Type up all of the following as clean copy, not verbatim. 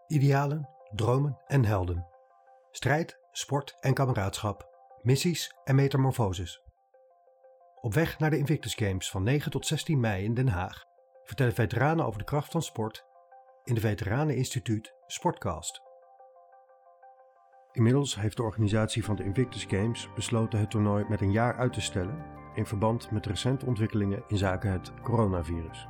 Idealen, dromen en helden. Strijd, sport en kameraadschap. Missies en metamorfoses. Op weg naar de Invictus Games van 9 tot 16 mei in Den Haag vertellen veteranen over de kracht van sport in de Veteraneninstituut Sportcast. Inmiddels heeft de organisatie van de Invictus Games besloten het toernooi met een jaar uit te stellen in verband met recente ontwikkelingen in zaken het coronavirus.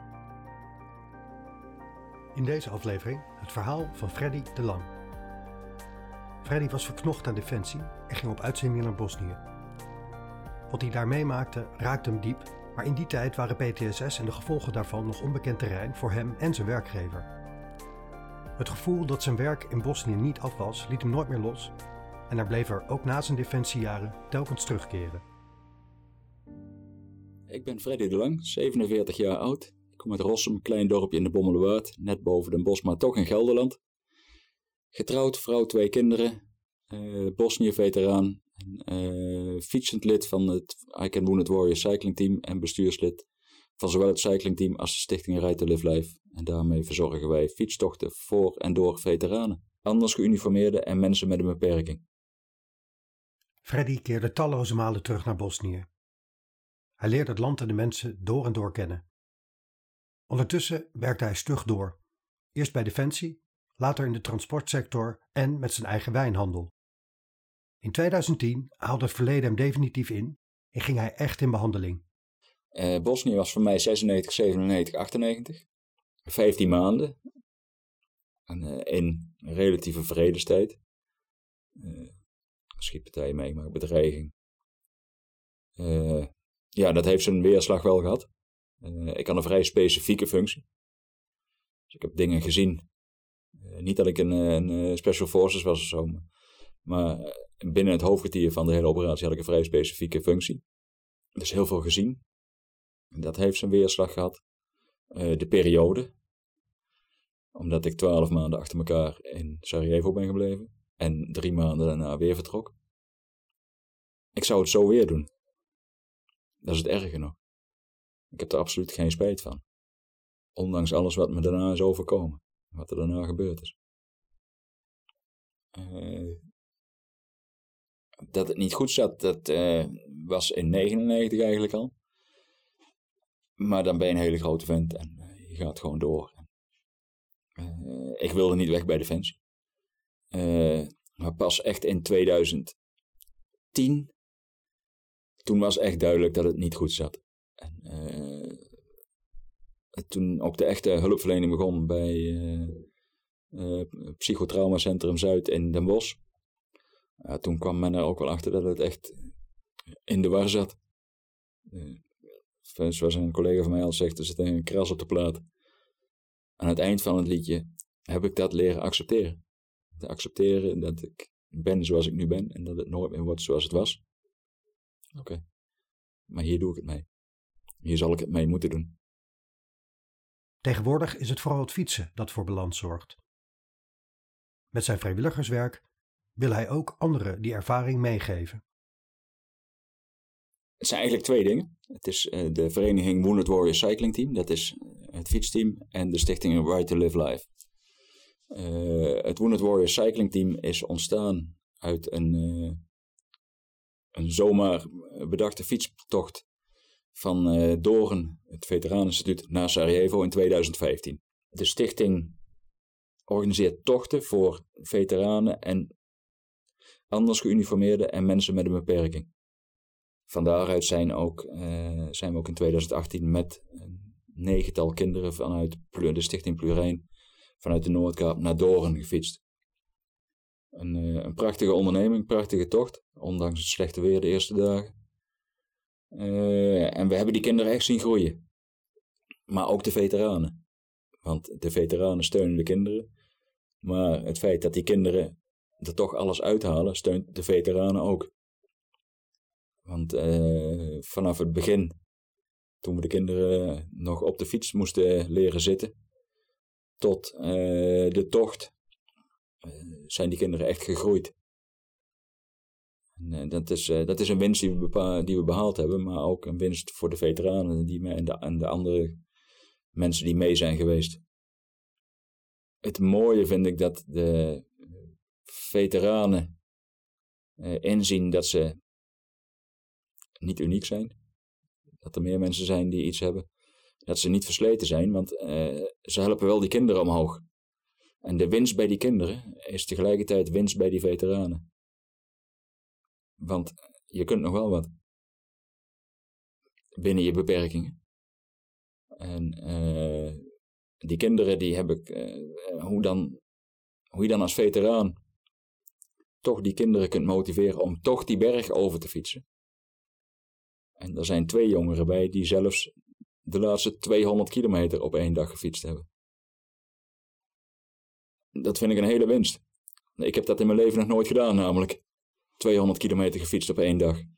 In deze aflevering het verhaal van Freddy de Lang. Freddy was verknocht aan Defensie en ging op uitzending naar Bosnië. Wat hij daar meemaakte raakte hem diep, maar in die tijd waren PTSS en de gevolgen daarvan nog onbekend terrein voor hem en zijn werkgever. Het gevoel dat zijn werk in Bosnië niet af was, liet hem nooit meer los en hij bleef er ook na zijn defensiejaren telkens terugkeren. Ik ben Freddy de Lang, 47 jaar oud. Ik kom uit Rossum, een klein dorpje in de Bommelerwaard, net boven Den Bosch, maar toch in Gelderland. Getrouwd, vrouw, 2 kinderen, Bosnië-veteraan, fietsend lid van het I Can Wounded Warrior Cycling Team en bestuurslid van zowel het cyclingteam als de stichting Right to Live Life. En daarmee verzorgen wij fietstochten voor en door veteranen, anders geuniformeerden en mensen met een beperking. Freddy keerde talloze malen terug naar Bosnië. Hij leerde het land en de mensen door en door kennen. Ondertussen werkte hij stug door. Eerst bij Defensie, later in de transportsector en met zijn eigen wijnhandel. In 2010 haalde het verleden hem definitief in en ging hij echt in behandeling. Bosnië was voor mij 96, 97, 98. 15 maanden. In relatieve vredestijd. Schietpartijen meegemaakt, bedreiging. Ja, dat heeft zijn weerslag wel gehad. Ik had een vrij specifieke functie. Dus ik heb dingen gezien. Niet dat ik een Special Forces was of zo. Maar binnen het hoofdkwartier van de hele operatie had ik een vrij specifieke functie. Dus heel veel gezien. En dat heeft zijn weerslag gehad. De periode. Omdat ik 12 maanden achter elkaar in Sarajevo ben gebleven. En 3 maanden daarna weer vertrok. Ik zou het zo weer doen. Dat is het erge nog. Ik heb er absoluut geen spijt van. Ondanks alles wat me daarna is overkomen. Wat er daarna gebeurd is. Dat het niet goed zat, dat was in 99 eigenlijk al. Maar dan ben je een hele grote vent en je gaat gewoon door. Ik wilde niet weg bij Defensie. Maar pas echt in 2010, toen was echt duidelijk dat het niet goed zat. En toen ook de echte hulpverlening begon bij Psychotraumacentrum Zuid in Den Bosch. Toen kwam men er ook wel achter dat het echt in de war zat. Zoals een collega van mij al zegt, er zit een kras op de plaat. Aan het eind van het liedje heb ik dat leren accepteren. Te accepteren dat ik ben zoals ik nu ben en dat het nooit meer wordt zoals het was. Oké. Maar hier doe ik het mee. Hier zal ik het mee moeten doen. Tegenwoordig is het vooral het fietsen dat voor balans zorgt. Met zijn vrijwilligerswerk wil hij ook anderen die ervaring meegeven. Het zijn eigenlijk 2 dingen. Het is de vereniging Wounded Warrior Cycling Team. Dat is het fietsteam. En de stichting Right to Live Life. Het Wounded Warrior Cycling Team is ontstaan uit een zomaar bedachte fietstocht van Doorn, het Veteraneninstituut, naar Sarajevo in 2015. De stichting organiseert tochten voor veteranen en anders geuniformeerden en mensen met een beperking. Van daaruit zijn we ook in 2018 met een 9-tal kinderen vanuit de stichting Plurijn vanuit de Noordkaap naar Doorn gefietst. Een prachtige onderneming, prachtige tocht, ondanks het slechte weer de eerste dagen. En we hebben die kinderen echt zien groeien. Maar ook de veteranen. Want de veteranen steunen de kinderen. Maar het feit dat die kinderen er toch alles uithalen, steunt de veteranen ook. Want vanaf het begin, toen we de kinderen nog op de fiets moesten leren zitten, tot de tocht, zijn die kinderen echt gegroeid. En dat is een winst die we behaald hebben, maar ook een winst voor de veteranen en de andere mensen die mee zijn geweest. het mooie vind ik dat de veteranen inzien dat ze niet uniek zijn. Dat er meer mensen zijn die iets hebben. Dat ze niet versleten zijn, want ze helpen wel die kinderen omhoog. En de winst bij die kinderen is tegelijkertijd winst bij die veteranen. Want je kunt nog wel wat. Binnen je beperkingen. En die kinderen die heb ik, hoe je dan als veteraan toch die kinderen kunt motiveren om toch die berg over te fietsen. En er zijn 2 jongeren bij die zelfs de laatste 200 kilometer op 1 dag gefietst hebben. Dat vind ik een hele winst. Ik heb dat in mijn leven nog nooit gedaan, namelijk 200 kilometer gefietst op 1 dag.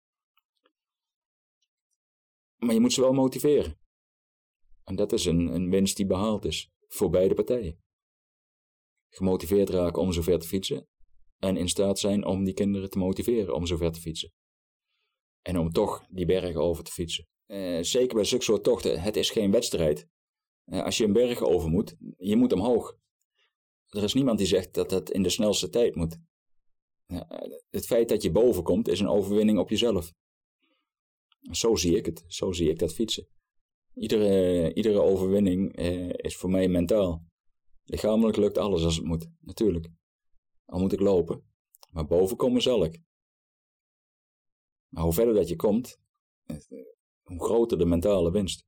Maar je moet ze wel motiveren. En dat is een winst die behaald is voor beide partijen. Gemotiveerd raken om zover te fietsen en in staat zijn om die kinderen te motiveren om zover te fietsen. En om toch die berg over te fietsen. Zeker bij zulke soort tochten, het is geen wedstrijd. Als je een berg over moet, je moet omhoog. Er is niemand die zegt dat dat in de snelste tijd moet. Het feit dat je boven komt is een overwinning op jezelf. Zo zie ik het. Zo zie ik dat fietsen. Iedere overwinning is voor mij mentaal. Lichamelijk lukt alles als het moet, natuurlijk. Al moet ik lopen. Maar boven komen zal ik. Maar hoe verder dat je komt, hoe groter de mentale winst.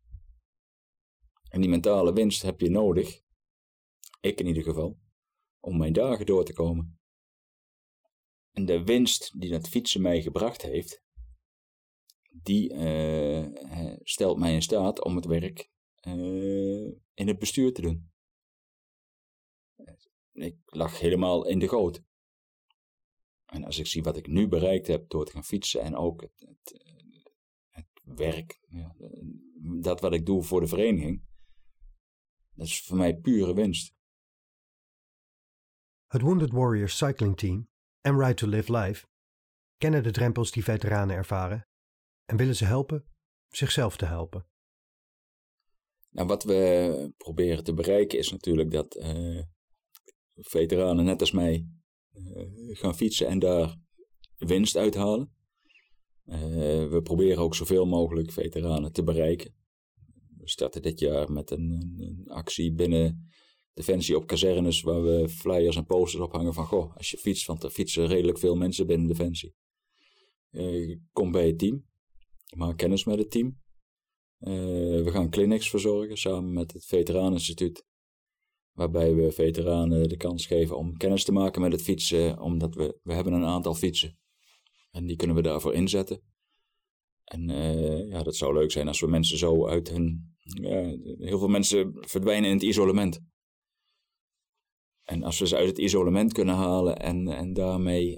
En die mentale winst heb je nodig, ik in ieder geval, om mijn dagen door te komen. En de winst die dat fietsen mij gebracht heeft, die stelt mij in staat om het werk in het bestuur te doen. Ik lag helemaal in de goot. En als ik zie wat ik nu bereikt heb door te gaan fietsen en ook het werk, ja, dat wat ik doe voor de vereniging, dat is voor mij pure winst. Het Wounded Warriors Cycling Team en Ride to Live Life kennen de drempels die veteranen ervaren en willen ze helpen zichzelf te helpen. Nou, wat we proberen te bereiken is natuurlijk dat veteranen net als mij gaan fietsen en daar winst uithalen. We proberen ook zoveel mogelijk veteranen te bereiken. We starten dit jaar met een actie binnen Defensie op kazernes waar we flyers en posters ophangen van goh, als je fietst, want er fietsen redelijk veel mensen binnen Defensie. Kom bij het team, maak kennis met het team. We gaan clinics verzorgen samen met het Veteraneninstituut. Waarbij we veteranen de kans geven om kennis te maken met het fietsen, omdat we hebben een aantal fietsen. En die kunnen we daarvoor inzetten. En dat zou leuk zijn als we mensen zo uit hun... heel veel mensen verdwijnen in het isolement. En als we ze uit het isolement kunnen halen en daarmee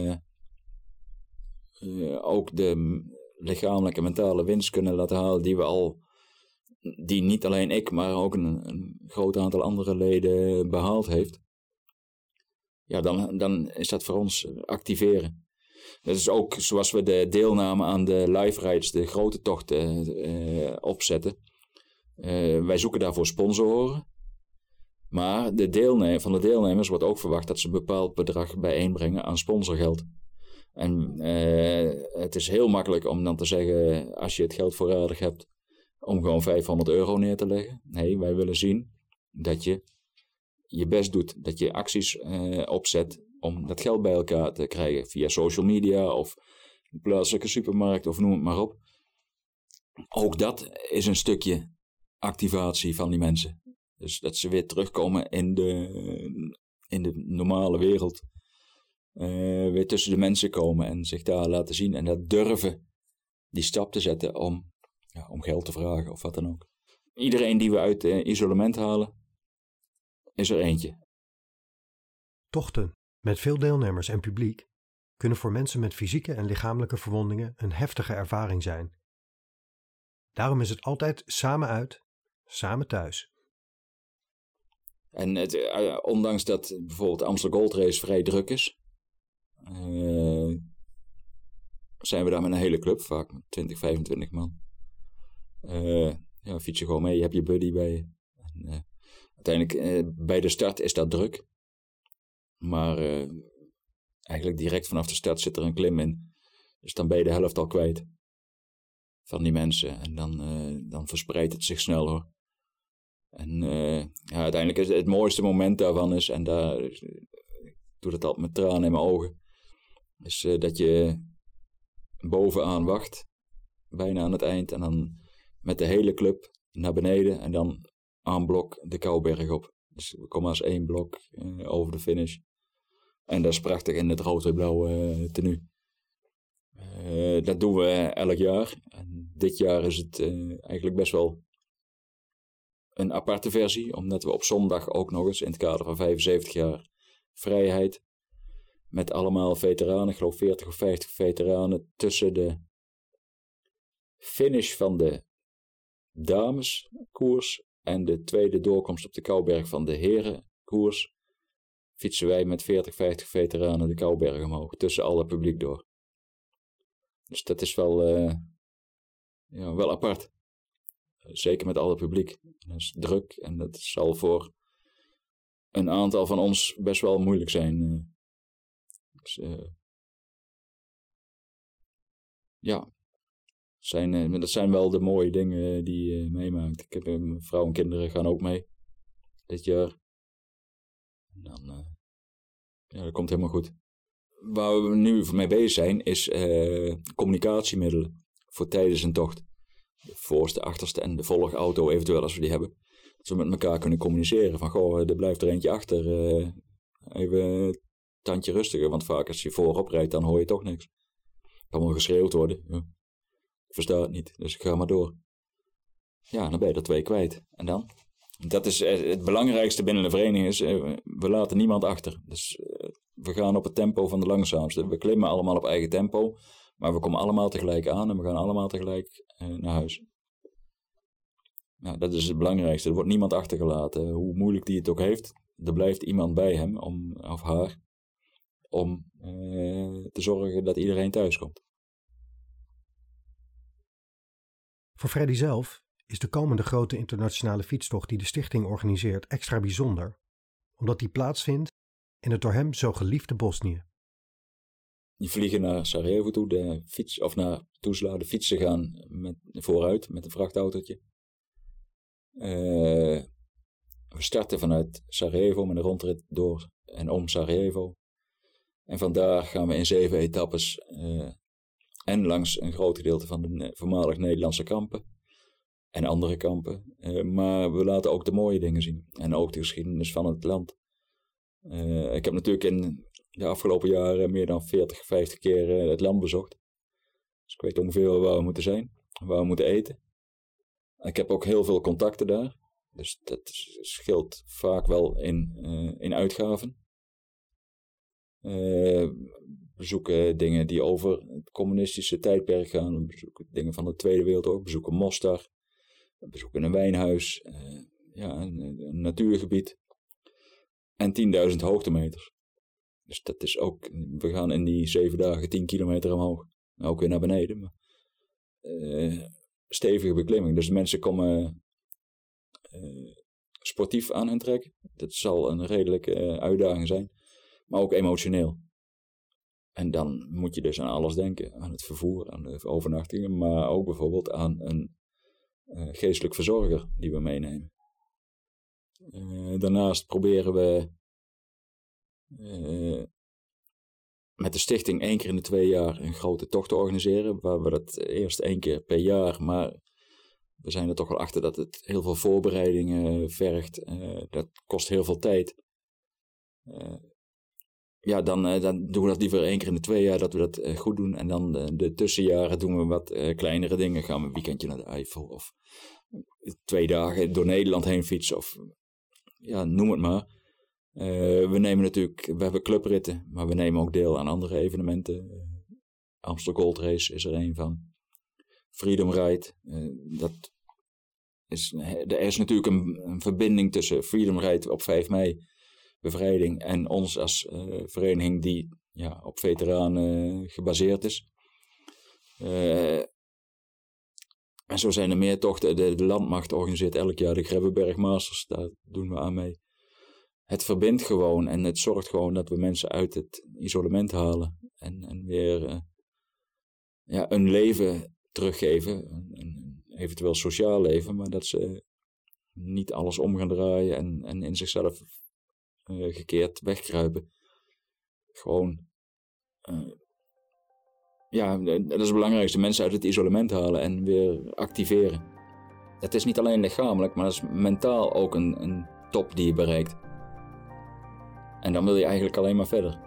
ook de lichamelijke en mentale winst kunnen laten halen die niet alleen ik, maar ook een groot aantal andere leden behaald heeft. Ja, dan is dat voor ons activeren. Dat is ook zoals we de deelname aan de live rides, de grote tochten opzetten. Wij zoeken daarvoor sponsoren. Maar van de deelnemers wordt ook verwacht dat ze een bepaald bedrag bijeenbrengen aan sponsorgeld. En het is heel makkelijk om dan te zeggen, als je het geld voorradig hebt, om gewoon €500 neer te leggen. Nee, wij willen zien dat je je best doet. Dat je acties opzet om dat geld bij elkaar te krijgen. Via social media of een plaatselijke supermarkt of noem het maar op. Ook dat is een stukje activatie van die mensen. Dus dat ze weer terugkomen in de normale wereld. Weer tussen de mensen komen en zich daar laten zien. En dat durven die stap te zetten om geld te vragen of wat dan ook. Iedereen die we uit isolement halen, is er eentje. Tochten met veel deelnemers en publiek kunnen voor mensen met fysieke en lichamelijke verwondingen een heftige ervaring zijn. Daarom is het altijd samen uit, samen thuis. En ondanks dat bijvoorbeeld de Amstel Gold Race vrij druk is, zijn we daar met een hele club, vaak met 20, 25 man. Fiets je gewoon mee, je hebt je buddy bij je. En, uiteindelijk bij de start is dat druk. Maar eigenlijk direct vanaf de start zit er een klim in. Dus dan ben je de helft al kwijt van die mensen. En dan verspreidt het zich snel hoor. En uiteindelijk is het mooiste moment daarvan is, en daar ik doe dat altijd met tranen in mijn ogen, is dat je bovenaan wacht, bijna aan het eind, en dan met de hele club naar beneden en dan aan blok de Kouberg op. Dus we komen als 1 blok over de finish. En dat is prachtig in het rood-wit-blauwe tenue. Dat doen we elk jaar. En dit jaar is het eigenlijk best wel een aparte versie, omdat we op zondag ook nog eens in het kader van 75 jaar vrijheid met allemaal veteranen, ik geloof 40 of 50 veteranen, tussen de finish van de dameskoers en de tweede doorkomst op de Kouberg van de herenkoers fietsen wij met 40, 50 veteranen de Kouberg omhoog, tussen alle publiek door. Dus dat is wel apart. Zeker met alle publiek. Dat is druk en dat zal voor een aantal van ons best wel moeilijk zijn. Dus, dat zijn wel de mooie dingen die je meemaakt. Ik heb mijn vrouw en kinderen gaan ook mee dit jaar. En dan, dat komt helemaal goed. Waar we nu mee bezig zijn is communicatiemiddelen voor tijdens een tocht. De voorste, achterste en de volgauto eventueel als we die hebben. Dat we met elkaar kunnen communiceren van goh, er blijft er eentje achter. Even een tandje rustiger, want vaak als je voorop rijdt dan hoor je toch niks. Er kan wel geschreeuwd worden. Ja. Ik versta het niet, dus ik ga maar door. Ja, dan ben je er 2 kwijt. En dan? Dat is het belangrijkste binnen de vereniging is, we laten niemand achter. Dus we gaan op het tempo van de langzaamste. We klimmen allemaal op eigen tempo, maar we komen allemaal tegelijk aan en we gaan allemaal tegelijk naar huis. Nou, dat is het belangrijkste. Er wordt niemand achtergelaten. Hoe moeilijk die het ook heeft, er blijft iemand bij hem of haar om te zorgen dat iedereen thuis komt. Voor Freddy zelf is de komende grote internationale fietstocht die de stichting organiseert extra bijzonder, omdat die plaatsvindt in het door hem zo geliefde Bosnië. Die vliegen naar Sarajevo toe, naar Tuzla, de fietsen gaan vooruit met een vrachtautootje. We starten vanuit Sarajevo met een rondrit door en om Sarajevo. En vandaar gaan we in 7 etappes en langs een groot gedeelte van de voormalig Nederlandse kampen en andere kampen. Maar we laten ook de mooie dingen zien en ook de geschiedenis van het land. Ik heb natuurlijk in de afgelopen jaren meer dan 40, 50 keer het land bezocht. Dus ik weet ongeveer waar we moeten zijn, waar we moeten eten. Ik heb ook heel veel contacten daar. Dus dat scheelt vaak wel in uitgaven. We bezoeken dingen die over het communistische tijdperk gaan. We bezoeken dingen van de Tweede Wereldoorlog. We bezoeken Mostar. We bezoeken een wijnhuis. Een natuurgebied. En 10.000 hoogtemeters. Dus dat is ook... We gaan in die 7 dagen 10 kilometer omhoog. Ook weer naar beneden. Maar, stevige beklimming. Dus de mensen komen sportief aan hun trekken. Dat zal een redelijke uitdaging zijn. Maar ook emotioneel. En dan moet je dus aan alles denken. Aan het vervoer, aan de overnachtingen. Maar ook bijvoorbeeld aan een geestelijk verzorger die we meenemen. Daarnaast proberen we met de stichting 1 keer in de 2 jaar een grote tocht te organiseren. Waar we dat eerst 1 keer per jaar. Maar we zijn er toch wel achter dat het heel veel voorbereidingen vergt. Dat kost heel veel tijd. Dan doen we dat liever 1 keer in de 2 jaar dat we dat goed doen. En dan de tussenjaren doen we wat kleinere dingen. Gaan we een weekendje naar de Eifel. Of 2 dagen door Nederland heen fietsen. Of noem het maar. We hebben clubritten. Maar we nemen ook deel aan andere evenementen. Amstel Gold Race is er een van. Freedom Ride. Er is natuurlijk een verbinding tussen Freedom Ride op 5 mei. Bevrijding en ons als vereniging die op veteranen gebaseerd is. En zo zijn er meer tochten. De landmacht organiseert elk jaar de Grebbeberg Masters. Daar doen we aan mee. Het verbindt gewoon en het zorgt gewoon dat we mensen uit het isolement halen. En weer een leven teruggeven. Een eventueel sociaal leven, maar dat ze niet alles om gaan draaien en in zichzelf gekeerd wegkruipen. Gewoon, dat is het belangrijkste. Mensen uit het isolement halen en weer activeren. Het is niet alleen lichamelijk, maar het is mentaal ook een top die je bereikt. En dan wil je eigenlijk alleen maar verder.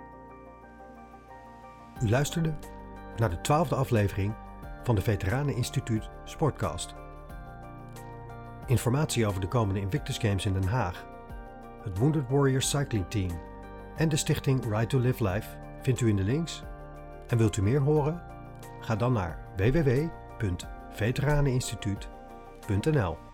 U luisterde naar de 12e aflevering van de Veteraneninstituut Sportcast. Informatie over de komende Invictus Games in Den Haag, het Wounded Warriors Cycling Team en de stichting Right to Live Life vindt u in de links. En wilt u meer horen? Ga dan naar www.veteraneninstituut.nl.